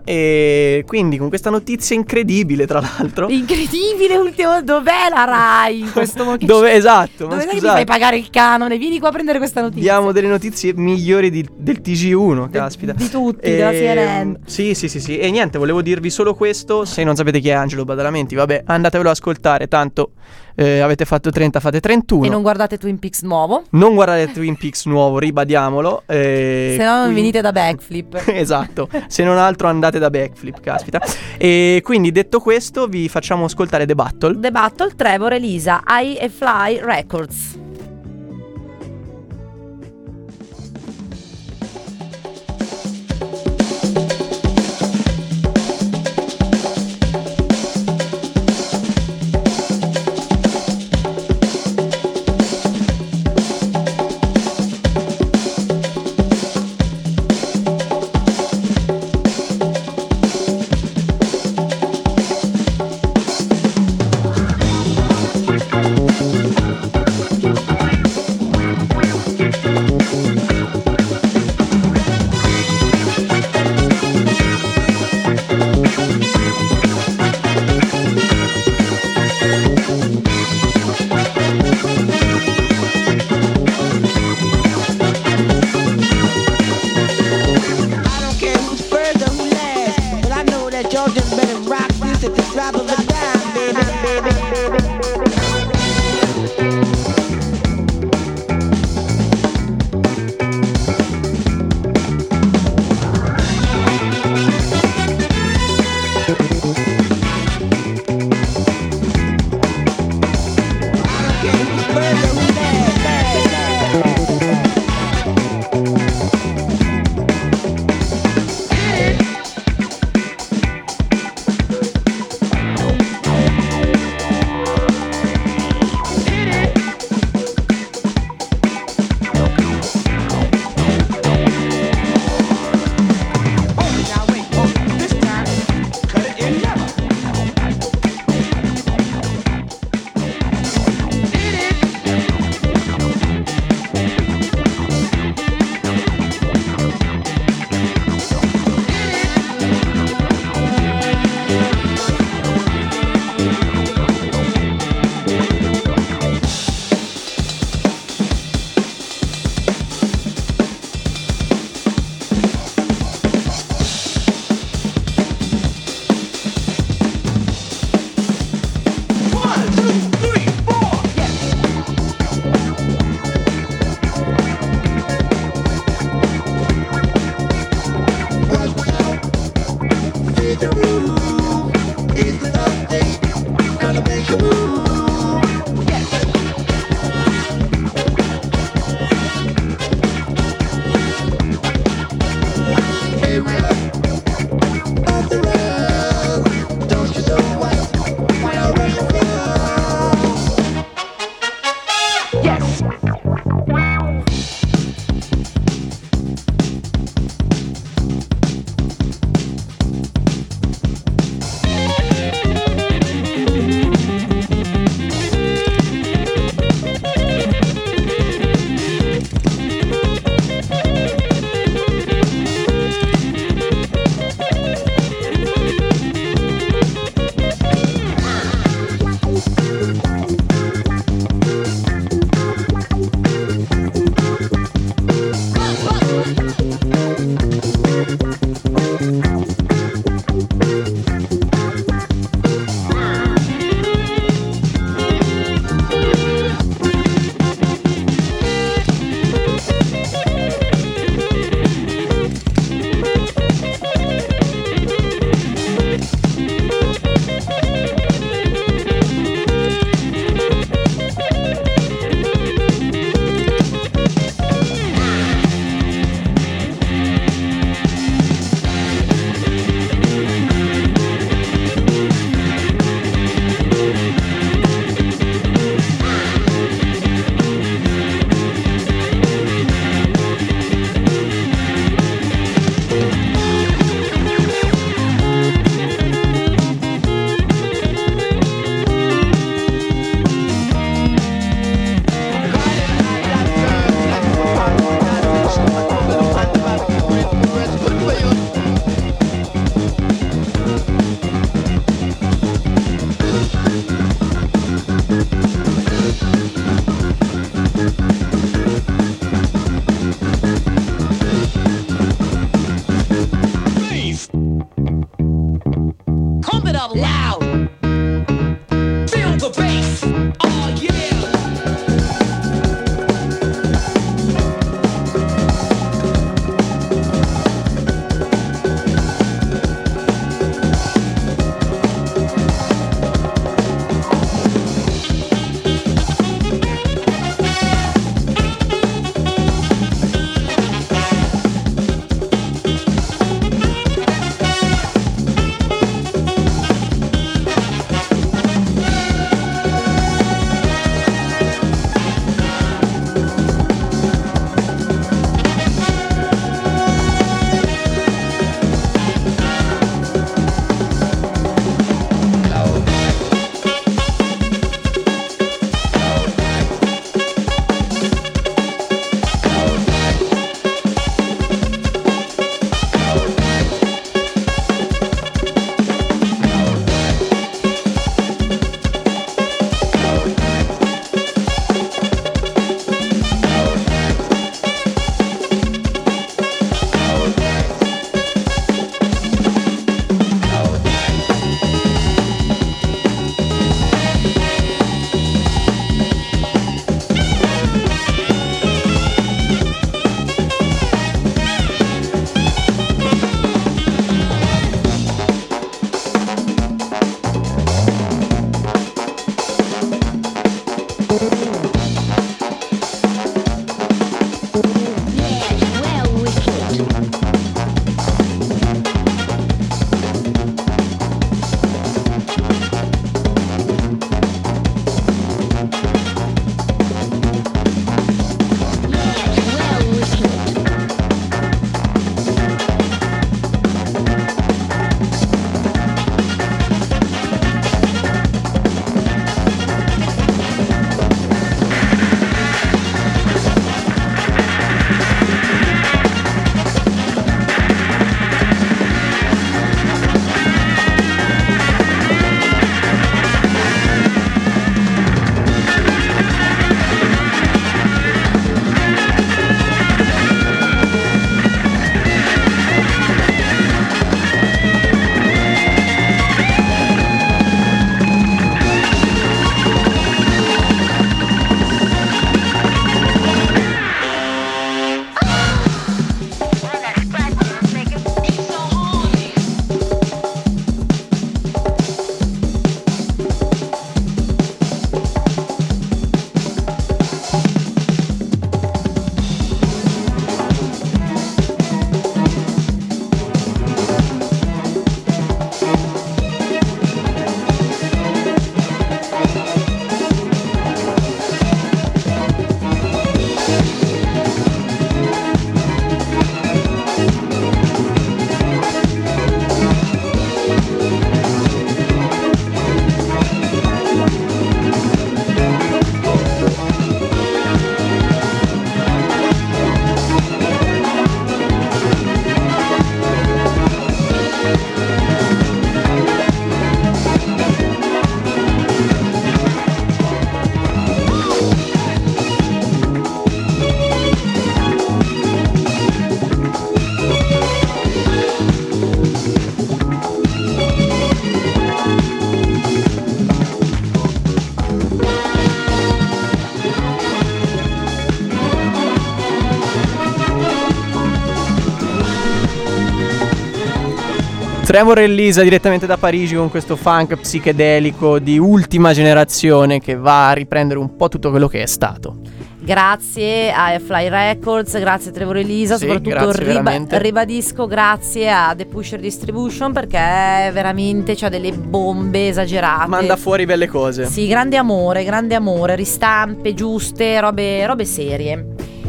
E quindi con questa notizia incredibile, tra l'altro. Incredibile, ultimo, dov'è la Rai in questo momento? Dove esatto, ma Dove mi scusate, fai pagare il canone? Vieni qua a prendere questa notizia. abbiamo delle notizie migliori di- del T G uno, De- caspita. di tutti, della C N N. Sì, sì, sì, sì. E niente, volevo dirvi solo questo. Se non sapete chi è Angelo Badalamenti, vabbè, andatevelo ad ascoltare. Tanto eh, avete fatto trenta, fate trentuno. E non guardate Twin Peaks nuovo, Non guardate Twin Peaks nuovo, ribadiamolo. eh, se no non quindi- venite da Backflip. Esatto, se non altro andate da Backflip, caspita. E quindi detto questo, vi facciamo ascoltare The Battle. The Battle, Trevor, Elisa, I e Fly Records. Thank out loud. Feel the bass, oh yeah. Trevor e Lisa direttamente da Parigi con questo funk psichedelico di ultima generazione che va a riprendere un po' tutto quello che è stato. Grazie a Fly Records, grazie a Trevor e Lisa, Sì, soprattutto grazie, riba- veramente. ribadisco grazie a The Pusher Distribution perché veramente c'ha delle bombe esagerate. Manda fuori belle cose. Sì, grande amore, grande amore, ristampe giuste, robe, robe serie.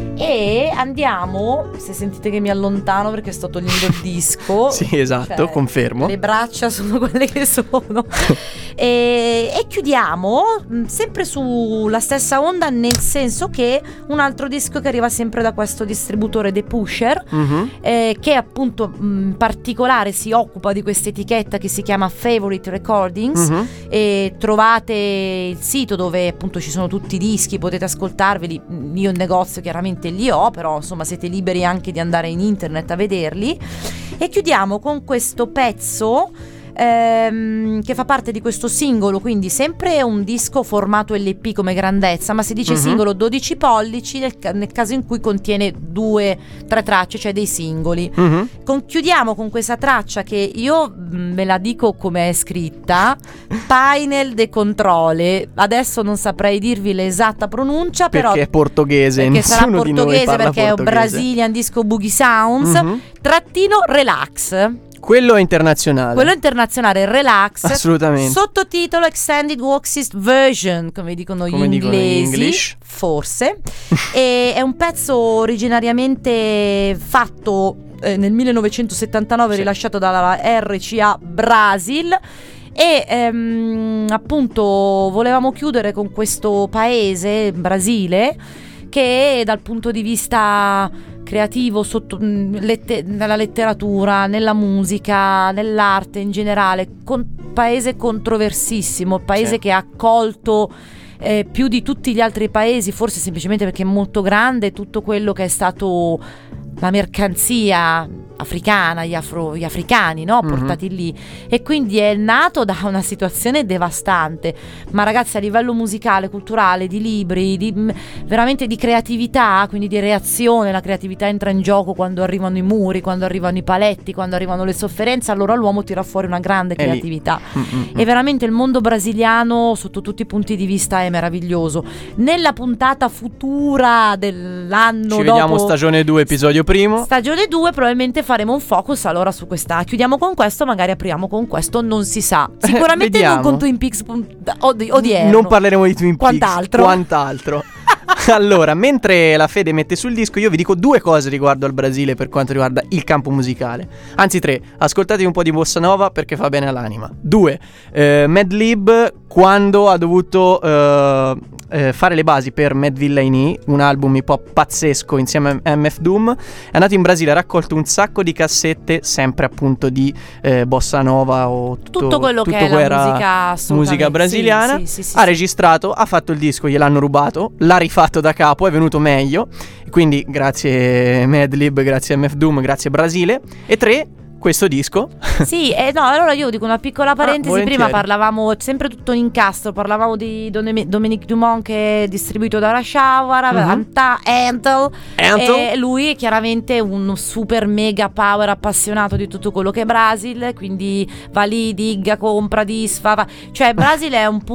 E andiamo, se sentite che mi allontano perché sto togliendo il disco. Sì, esatto, cioè, confermo. Le braccia sono quelle che sono. e, e chiudiamo mh, sempre sulla stessa onda, nel senso che un altro disco che arriva sempre da questo distributore The Pusher, Mhm. eh, che appunto mh, in particolare si occupa di questa etichetta che si chiama Favorite Recordings. Mhm. E trovate il sito dove appunto ci sono tutti i dischi, potete ascoltarveli. Io il negozio chiaramente li ho, però insomma siete liberi anche di andare in internet a vederli. E chiudiamo con questo pezzo ehm, che fa parte di questo singolo, quindi sempre un disco formato L P come grandezza, ma si dice Mhm. singolo dodici pollici nel, ca- nel caso in cui contiene due, tre tracce, cioè dei singoli. Mhm. Con- chiudiamo con questa traccia che io mh, me la dico come è scritta, Painel de Controle. Adesso non saprei dirvi l'esatta pronuncia, però Perché è portoghese, perché sarà nessuno di noi portoghese, parla perché è un portoghese. Brazilian Disco Boogie Sounds, Mhm. trattino relax. Quello è internazionale. Quello internazionale, relax. Assolutamente. Sottotitolo Extended Waxist Version, come dicono Come gli dicono gli inglesi, English. forse. E è un pezzo originariamente fatto eh, nel millenovecentosettantanove, Sì. rilasciato dalla R C A Brasil. E ehm, appunto volevamo chiudere con questo paese, Brasile, che dal punto di vista creativo, sotto, mh, lette- nella letteratura, nella musica, nell'arte in generale, con- paese controversissimo, paese Sì. che ha accolto eh, più di tutti gli altri paesi, forse semplicemente perché è molto grande, tutto quello che è stato la mercanzia africana, gli, afro, gli africani, no? Mhm. Portati lì, e quindi è nato da una situazione devastante. Ma ragazzi, a livello musicale, culturale, di libri, di, mh, veramente di creatività, quindi di reazione, la creatività entra in gioco quando arrivano i muri, quando arrivano i paletti, quando arrivano le sofferenze, allora l'uomo tira fuori una grande È lì. creatività. Mm, mm, mm. E veramente il mondo brasiliano sotto tutti i punti di vista è meraviglioso. Nella puntata futura dell'anno Ci vediamo dopo, stagione due, episodio primo. stagione due, probabilmente faremo un focus allora su questa. Chiudiamo con questo, magari apriamo con questo, non si sa. Sicuramente non Vediamo. con Twin Peaks pun- odi- odierno. Non parleremo di Twin Peaks. Quant'altro? Quant'altro. Allora, mentre la Fede mette sul disco, io vi dico due cose riguardo al Brasile per quanto riguarda il campo musicale. Anzi, tre. Ascoltatevi un po' di bossa nova perché fa bene all'anima. Due. Eh, Madlib, quando ha dovuto eh, eh, fare le basi per Mad Villainy, un album hip hop pazzesco insieme a M F Doom, è andato in Brasile, ha raccolto un sacco di cassette, sempre appunto di eh, bossa nova o tutto, Tutto quello tutto che è la era musica, assolutamente. musica brasiliana. Sì, sì, sì, sì, ha sì. registrato, ha fatto il disco, gliel'hanno rubato, l'ha rifatto da capo, è venuto meglio. Quindi grazie Madlib, grazie M F Doom, grazie Brasile. E tre, questo disco. Sì, eh, no, allora io dico una piccola parentesi. volentieri. Prima parlavamo sempre tutto in incastro, parlavamo di Dom- Dominique Dumont, che è distribuito da Rush Hour, Mhm. Anta- Antle, Antle. e lui è chiaramente un super mega power appassionato di tutto quello che è Brasil, quindi va lì, digga, compra, disfa, va- cioè Brasil è un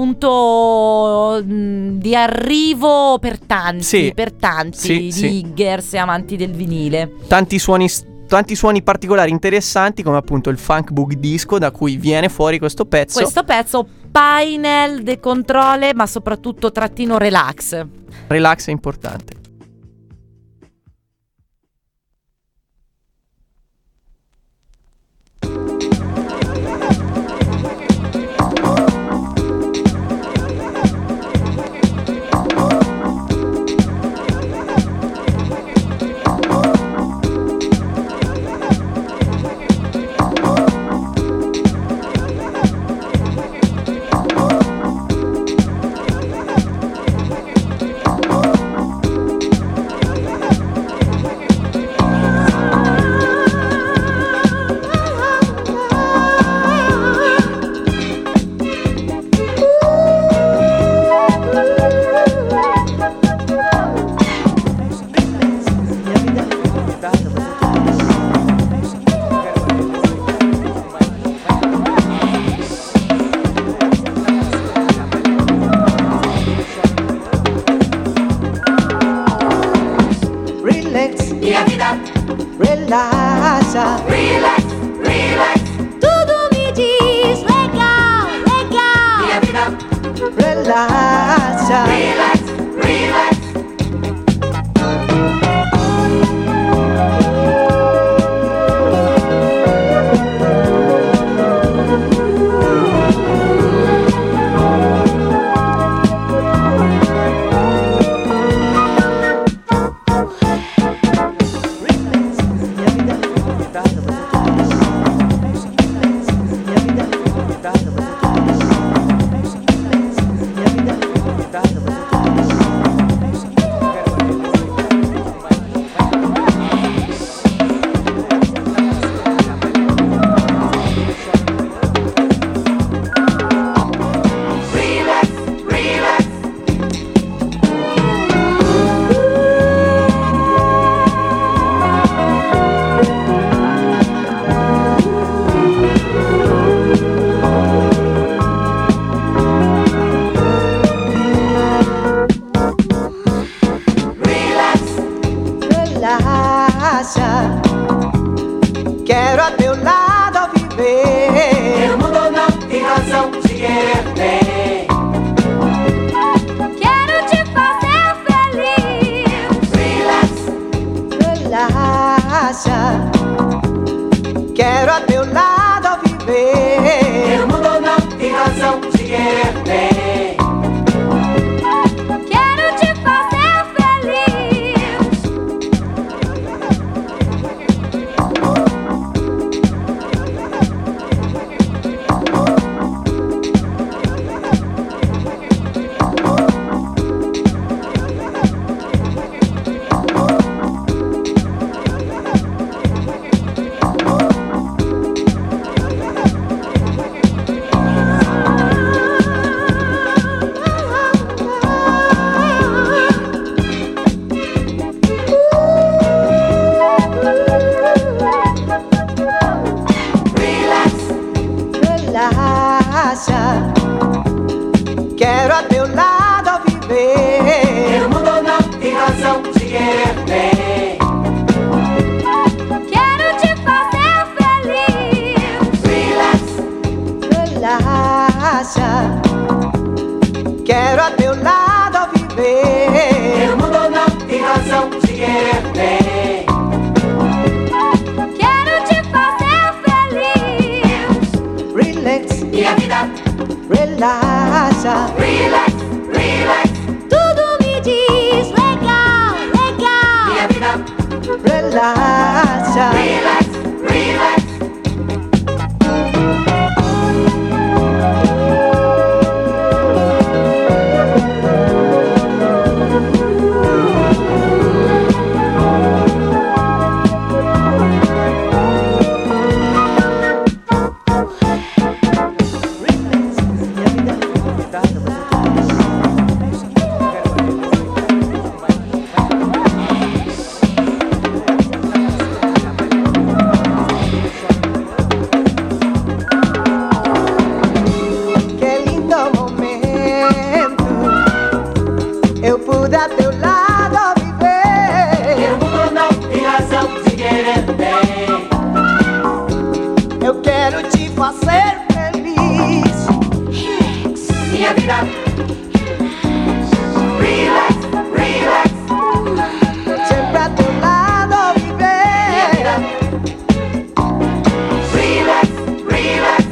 punto mh, di arrivo per tanti, Sì. per tanti Sì, di sì. higgers e amanti del vinile. Tanti suoni Tanti suoni particolari interessanti, come appunto il funk book disco, da cui viene fuori questo pezzo. Questo pezzo Painel de Controle, ma soprattutto trattino relax. Relax è importante. viver. O mundo não tem razão de querer bem. Quero te fazer feliz. Relax, relaxa. Quero a teu lado viver. O mundo não tem razão de querer bem. Quero te fazer feliz. Relaxa. Quero a teu lado viver. O mundo não tem razão de querer bem. Quero te fazer feliz. Relax, relaxa. Quero a teu lado viver. O mundo não tem razão de querer bem. Quero te fazer feliz. Relax, Minha vida, relaxa. relax, relax. Tudo me diz legal, legal. Minha vida, Relaxa. relax, relax. Que lindo momento. Eu pude a teu lado viver. O mundo não tem razão de querer bem. Eu quero te fazer feliz. Minha vida, relax, relax. Sempre a teu lado Minha vida, viver. relax, relax.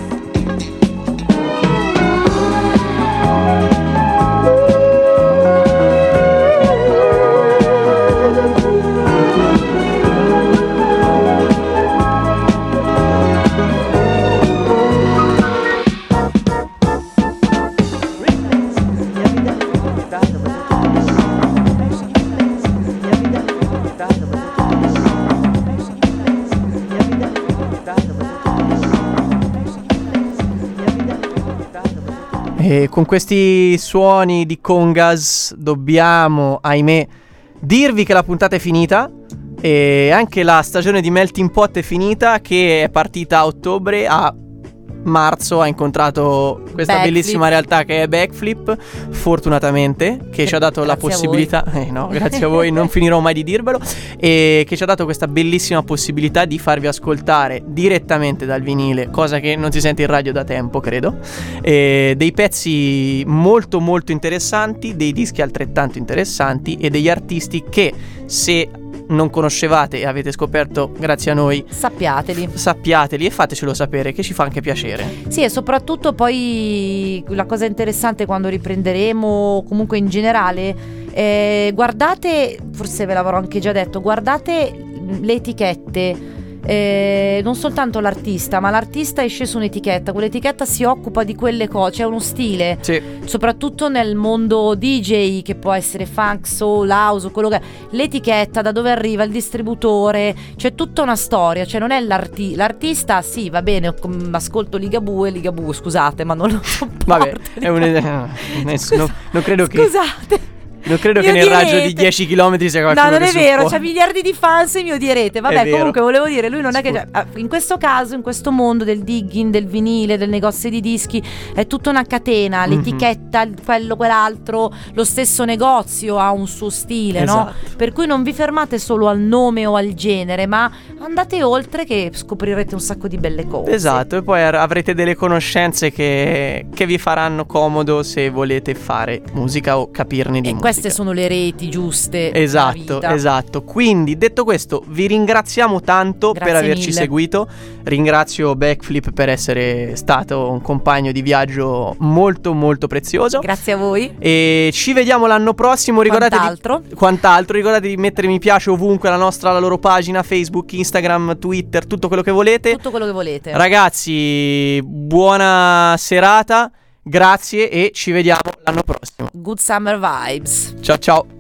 E con questi suoni di congas dobbiamo, ahimè, dirvi che la puntata è finita. E anche la stagione di Melting Pot è finita, che è partita a ottobre. A marzo ha incontrato questa Backflip. bellissima realtà che è Backflip, fortunatamente, che ci ha dato la Grazie a possibilità eh no, grazie a voi, non finirò mai di dirvelo, e che ci ha dato questa bellissima possibilità di farvi ascoltare direttamente dal vinile, cosa che non si sente in radio da tempo, credo, e dei pezzi molto molto interessanti, dei dischi altrettanto interessanti e degli artisti che, se non conoscevate e avete scoperto grazie a noi, Sappiateli. sappiateli e fatecelo sapere, che ci fa anche piacere. Sì, e soprattutto poi la cosa interessante quando riprenderemo, comunque in generale, eh, guardate, forse ve l'avrò anche già detto, guardate le etichette. Eh, non soltanto l'artista, ma l'artista esce su un'etichetta, quell'etichetta si occupa di quelle cose, c'è uno stile, Sì. soprattutto nel mondo D J, che può essere funk, soul, house, quello che è. L'etichetta, da dove arriva, il distributore, c'è tutta una storia, cioè non è l'arti- l'artista, sì, va bene, com- ascolto Ligabue, Ligabue, scusate, ma non lo sopporto. Vabbè, è un'idea. Non, non credo che Scusate. Non credo Mi che nel raggio di odierete. dieci chilometri sia qualcuno No, non che è vero, supporta. c'ha miliardi di fans e mi odierete. È Vabbè, vero. comunque volevo dire, lui non è che Scusa. ah, in questo caso, in questo mondo del digging, del vinile, del negozio di dischi, è tutta una catena, Mhm. l'etichetta, il- quello, quell'altro, lo stesso negozio ha un suo stile, no? Esatto. Per cui non vi fermate solo al nome o al genere, ma andate oltre che scoprirete un sacco di belle cose. Esatto, e poi ar- avrete delle conoscenze che, che vi faranno comodo se volete fare musica o capirne di E musica. queste sono le reti giuste. della Esatto, vita. esatto. Quindi, detto questo, vi ringraziamo tanto Grazie per averci mille. seguito. Ringrazio Backflip per essere stato un compagno di viaggio molto molto prezioso. Grazie a voi. E ci vediamo l'anno prossimo. Ricordate Quant'altro? Di, quant'altro. Ricordate di mettere mi piace ovunque alla nostra, alla loro pagina Facebook, Instagram, Twitter, tutto quello che volete. Tutto quello che volete. Ragazzi, buona serata. Grazie e ci vediamo l'anno prossimo. Good summer vibes. Ciao ciao.